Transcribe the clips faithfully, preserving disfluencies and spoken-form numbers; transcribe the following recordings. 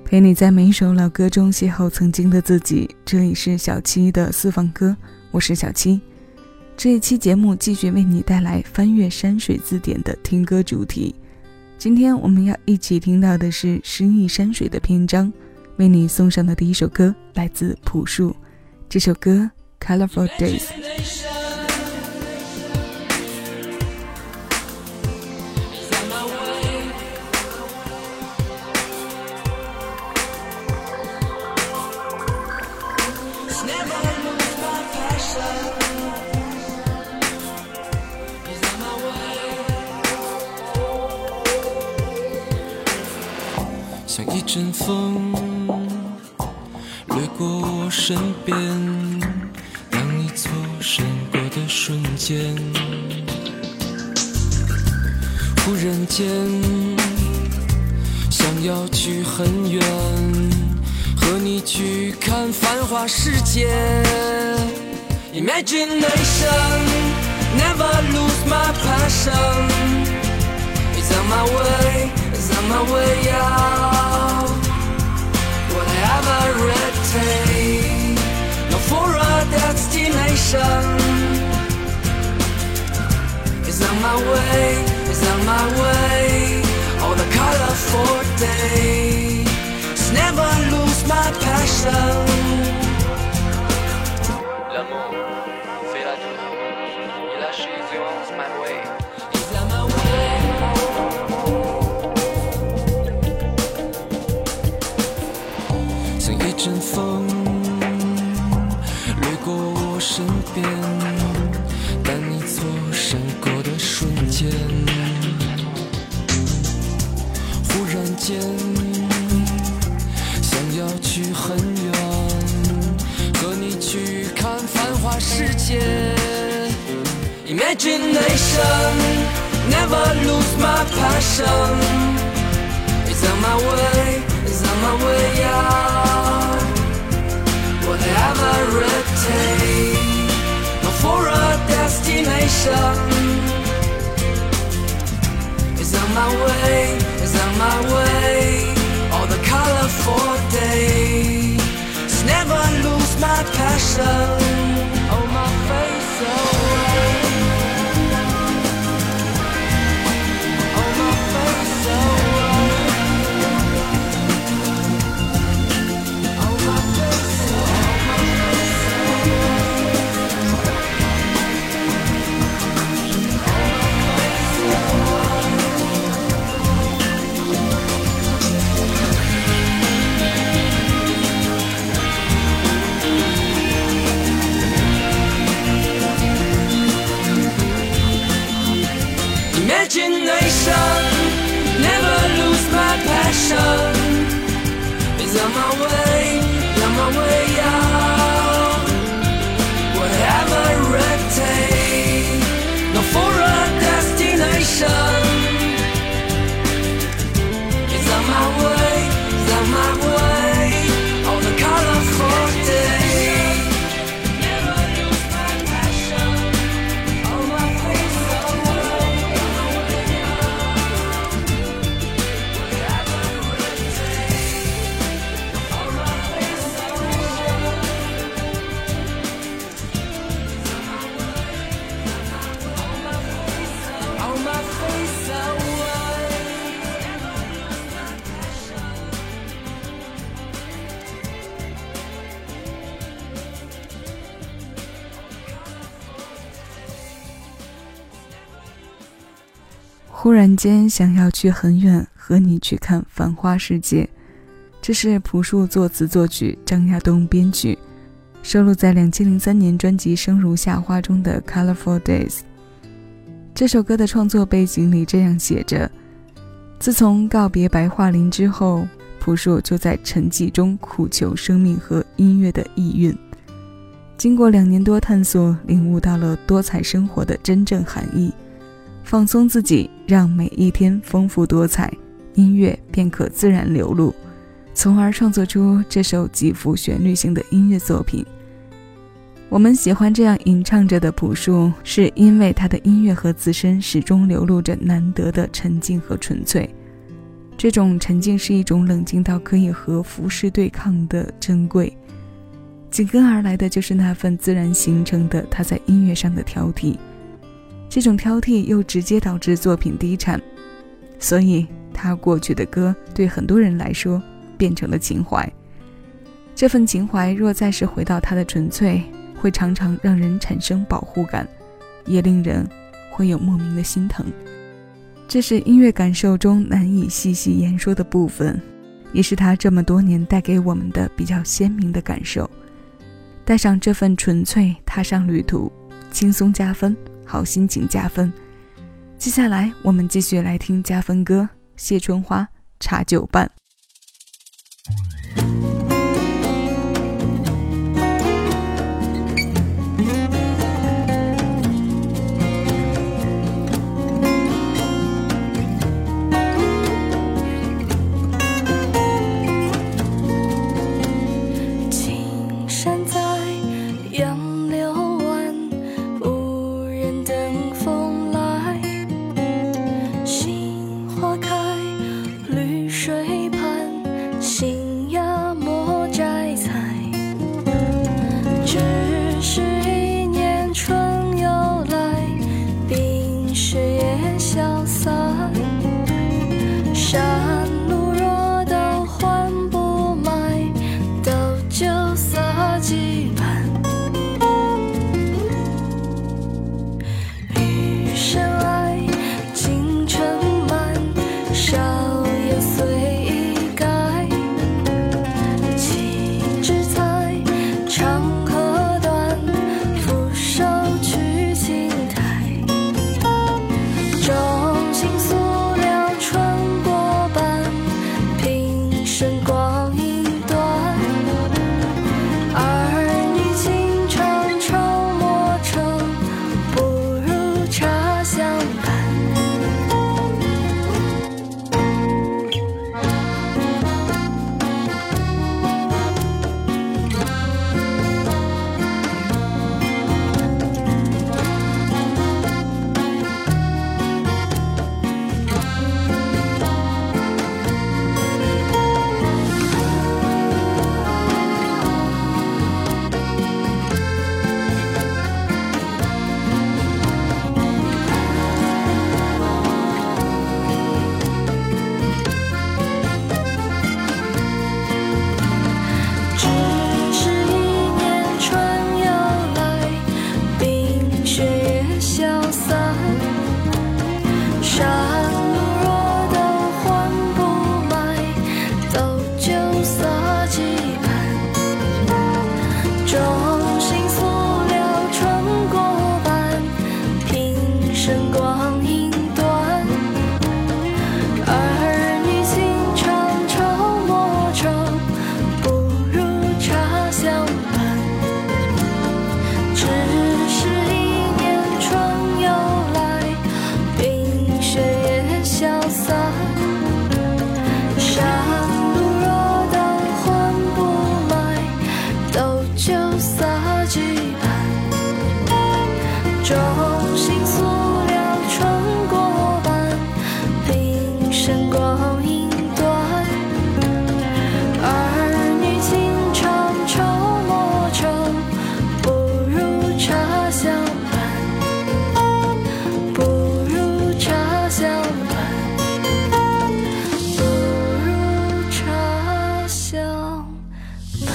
陪你在每一首老歌中邂逅曾经的自己。这里是小七的私房歌，我是小七。这一期节目继续为你带来翻越山水字典的听歌主题。今天我们要一起听到的是诗意山水的篇章，为你送上的第一首歌来自朴树，这首歌 Colorful Days。 像一阵风掠过我身边，当你错身过的瞬间，忽然间想要去很远，和你去看繁华世界。 Imagination never lose my passion, it's on my way, it's on my way out. Whatever it takes, no for a destination. It's on my way, it's on my way. All the colorful days, never lose my passion. L'amour fait la tour, il a choisi my way. It's on my way. 像一阵风掠过我身边，但你错身过的瞬间，忽然间想要去很远，和你去看繁华世界。 Imagination never lose my passion, it's on my way, it's on my way out. Whatever it takes, no for a destination. It's on my way, it's on my way. All the colorful days, never lose my passion. Oh, my face away. Oh, my face away. Oh, my face Imagination never lose my passion. It's on my way, on my way out. Whatever it takes, no for a destination. It's on my way, it's on my way. All the colorful days, never lose my passion. Oh, my face away. 忽然间想要去很远，和你去看繁花世界。这是朴树作词作曲，张亚东编曲，收录在二零零三年专辑《生如夏花》中的 Colorful Days。 这首歌的创作背景里这样写着：自从告别白桦林之后，朴树就在沉寂中苦求生命和音乐的意蕴。经过两年多探索，领悟到了多彩生活的真正含义，放松自己，让每一天丰富多彩，音乐便可自然流露，从而创作出这首极富旋律性的音乐作品。我们喜欢这样吟唱着的朴树，是因为他的音乐和自身始终流露着难得的沉静和纯粹。 这种沉静是一种冷静到可以和浮世对抗的珍贵，紧跟而来的就是那份自然形成的他在音乐上的挑剔，这种挑剔又直接导致作品低产，所以他过去的歌对很多人来说变成了情怀。这份情怀若再是回到他的纯粹，会常常让人产生保护感，也令人会有莫名的心疼。这是音乐感受中难以细细言说的部分，也是他这么多年带给我们的比较鲜明的感受。带上这份纯粹，踏上旅途，轻松加分，好心情加分。接下来我们继续来听加分歌谢春花茶酒伴。 山路若都换不卖，都酒色几般。余生爱尽尘满，少也随意改。岂知在长河短，俯首取青苔。衷心诉了春过半，平生光阴短。儿女情长愁莫愁，不如茶相伴。衷心诉了春过半，平生光阴短。儿女情长愁莫愁，不如茶相伴，不如茶相伴，不如茶相伴。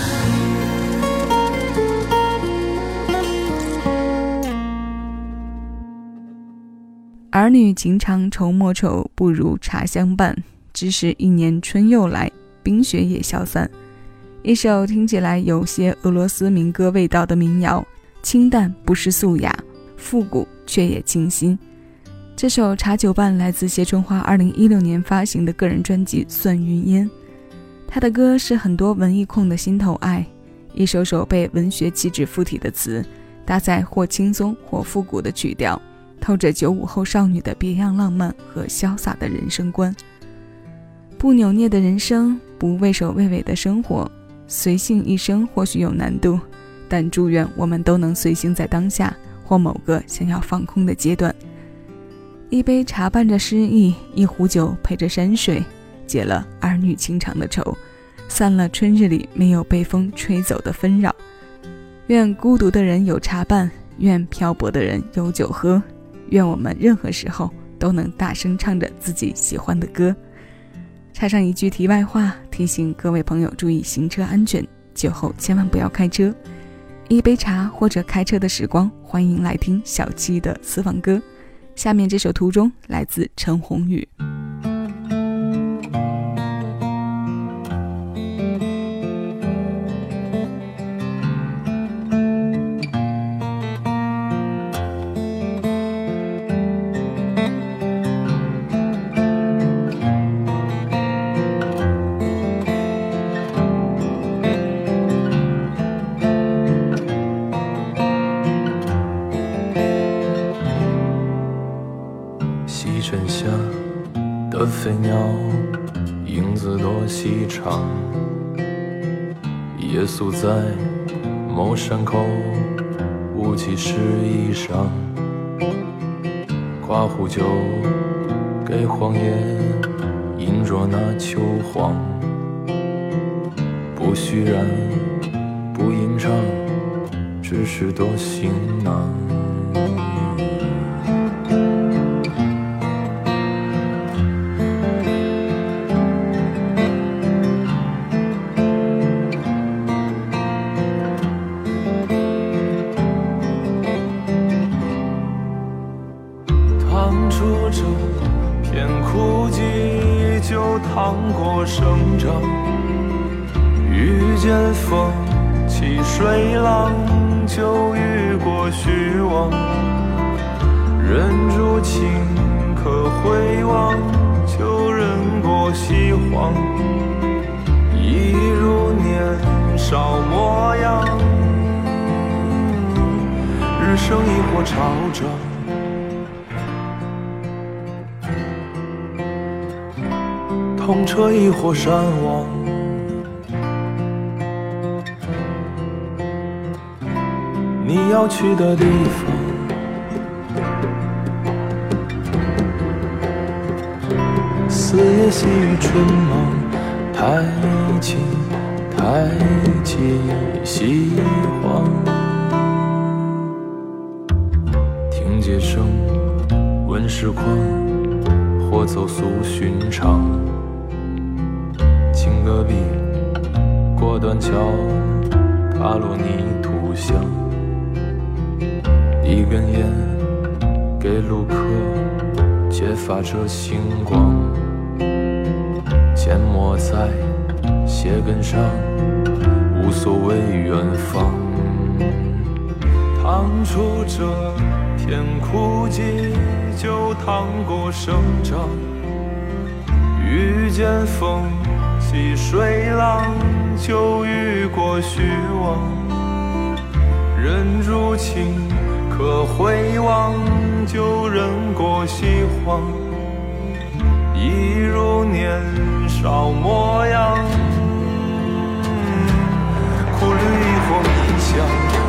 儿女情长愁莫愁，不如茶相伴。只是一年春又来，冰雪也消散。一首听起来有些俄罗斯民歌味道的民谣，清淡不失素雅，复古却也清新。这首茶酒伴来自谢春花二零一六年发行的个人专辑《算云烟》。她的歌是很多文艺控的心头爱，一首首被文学气质附体的词，搭载或轻松或复古的曲调，透着九五后少女的别样浪漫和潇洒的人生观。不扭捏的人生，不畏首畏尾的生活，随性一生或许有难度，但祝愿我们都能随性在当下或某个想要放空的阶段。一杯茶伴着诗意，一壶酒陪着山水， 解了儿女情长的愁，散了春日里没有被风吹走的纷扰。愿孤独的人有茶伴，愿漂泊的人有酒喝，愿我们任何时候都能大声唱着自己喜欢的歌。插上一句题外话，提醒各位朋友注意行车安全，酒后千万不要开车。一杯茶或者开车的时光，欢迎来听小七的私房歌。下面这首《途中》来自陈鸿宇。 西沉下的飞鸟，影子多细长，夜宿在某山口，雾气湿衣裳，刮壶酒给荒野，饮着那秋黄，不虚然不吟唱，只是多行囊。趟出这片枯寂，就趟过生长，遇见风起水浪，就遇过虚妄，忍住情可回望，就忍过西荒，一如年少模样，日升亦或潮涨，痛彻亦或山亡，你要去的地方，四野细雨春忙，太急太急西荒，听街声问时况，或走俗寻常，情戈壁过断桥，踏入泥土香，一根烟给路客揭发着星光，缄默在鞋跟上，无所谓远方，趟出这片枯寂，就趟过生长，遇见风起水浪，就遇过虚妄，忍住情可回望，就忍过西荒，一如年少模样，苦虑亦或迷香，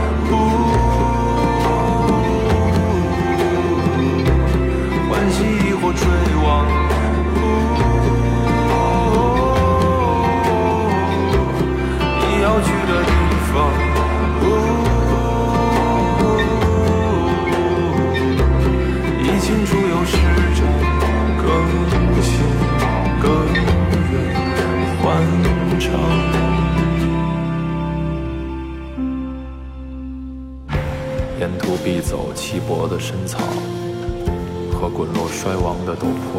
欢喜亦或追望，你要去的地方，已清楚有时针，更近更远欢畅，沿途必走稀薄的深草和滚落衰亡的陡坡，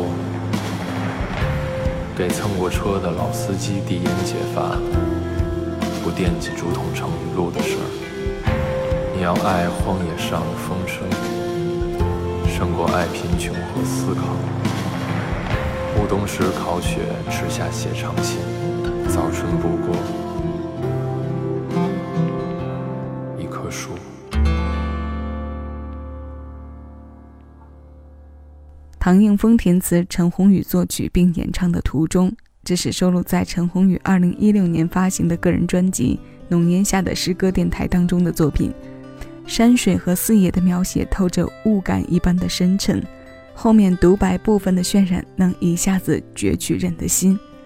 给蹭过车的老司机递烟解发，不惦记竹筒盛雨露的事儿。你要爱荒野上的风声，胜过爱贫穷和思考。暮冬时烤雪，吃下写长信，早春不过一棵树。 唐映枫填词，陈鸿宇作曲并演唱的《途中》，这是收录在陈鸿宇二零一六年发行的个人专辑《浓烟下的诗歌电台》当中的作品。山水和四野的描写透着雾感一般的深沉，后面独白部分的渲染能一下子攫取人的心。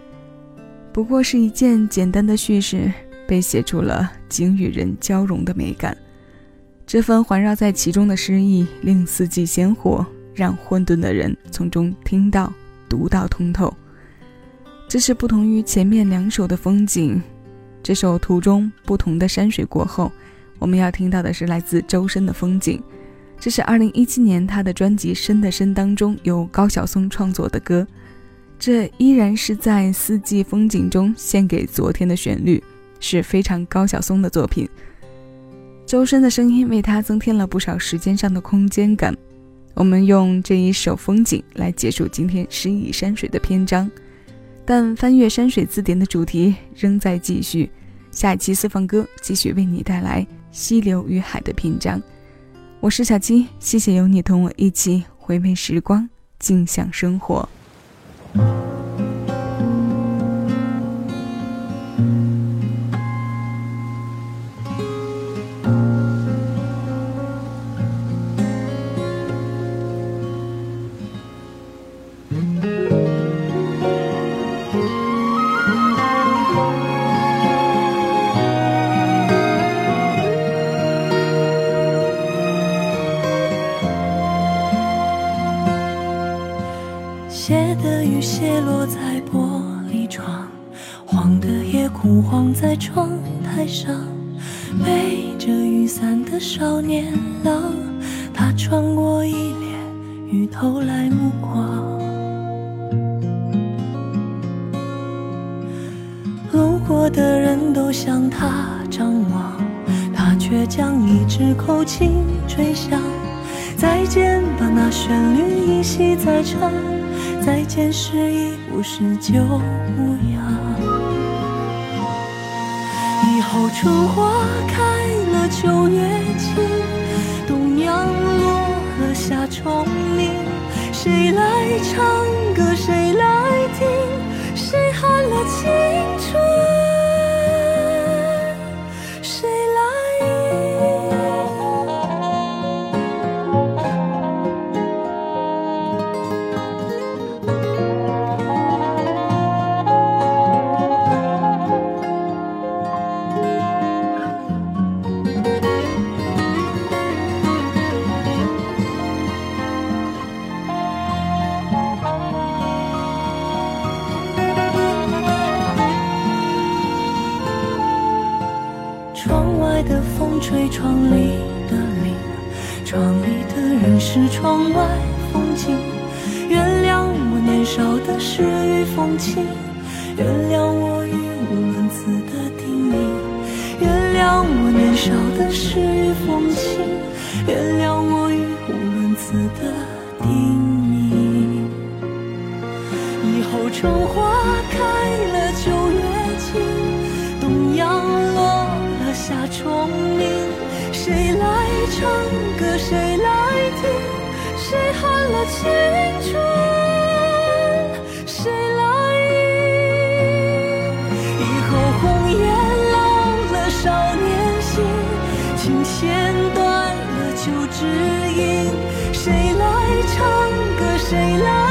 不过是一件简单的叙事，被写出了景与人交融的美感。这份环绕在其中的诗意，令四季鲜活，让混沌的人从中听到、读到通透。这是不同于前面两首的风景。这首途中不同的山水过后，我们要听到的是来自周深的风景。这是二零一七年他的专辑《深的深》当中由高晓松创作的歌，这依然是在四季风景中献给昨天的旋律，是非常高晓松的作品。周深的声音为他增添了不少时间上的空间感。我们用这一首风景来结束今天诗意山水的篇章，但翻阅山水字典的主题仍在继续。下一期私房歌继续为你带来溪流与海的篇章。我是小七，谢谢有你同我一起回味时光，静享生活。 斜的雨泻落在玻璃窗，黄的也枯黄在窗台上。背着雨伞的少年郎，他穿过一脸雨投来目光。路过的人都向他张望，他却将一支口琴吹响。再见吧，那旋律依稀在唱，再见时已不是旧模样。以后春花开了，秋月静，东阳落了，夏虫鸣。谁来唱歌，谁来听，谁喊了青春，谁来迎。窗外的风吹窗里的铃，窗里的人是窗外风景。原谅我年少的诗与风情，原谅我语无伦次的叮咛，原谅我年少的诗与风情，原谅我语无伦次的叮咛。以后春花开了，秋月静，东阳落了，夏虫鸣。谁来唱歌，谁来听，谁喊了青春，谁来迎。以后红颜老了，少年心，琴弦断了，旧知音。谁来唱歌，谁来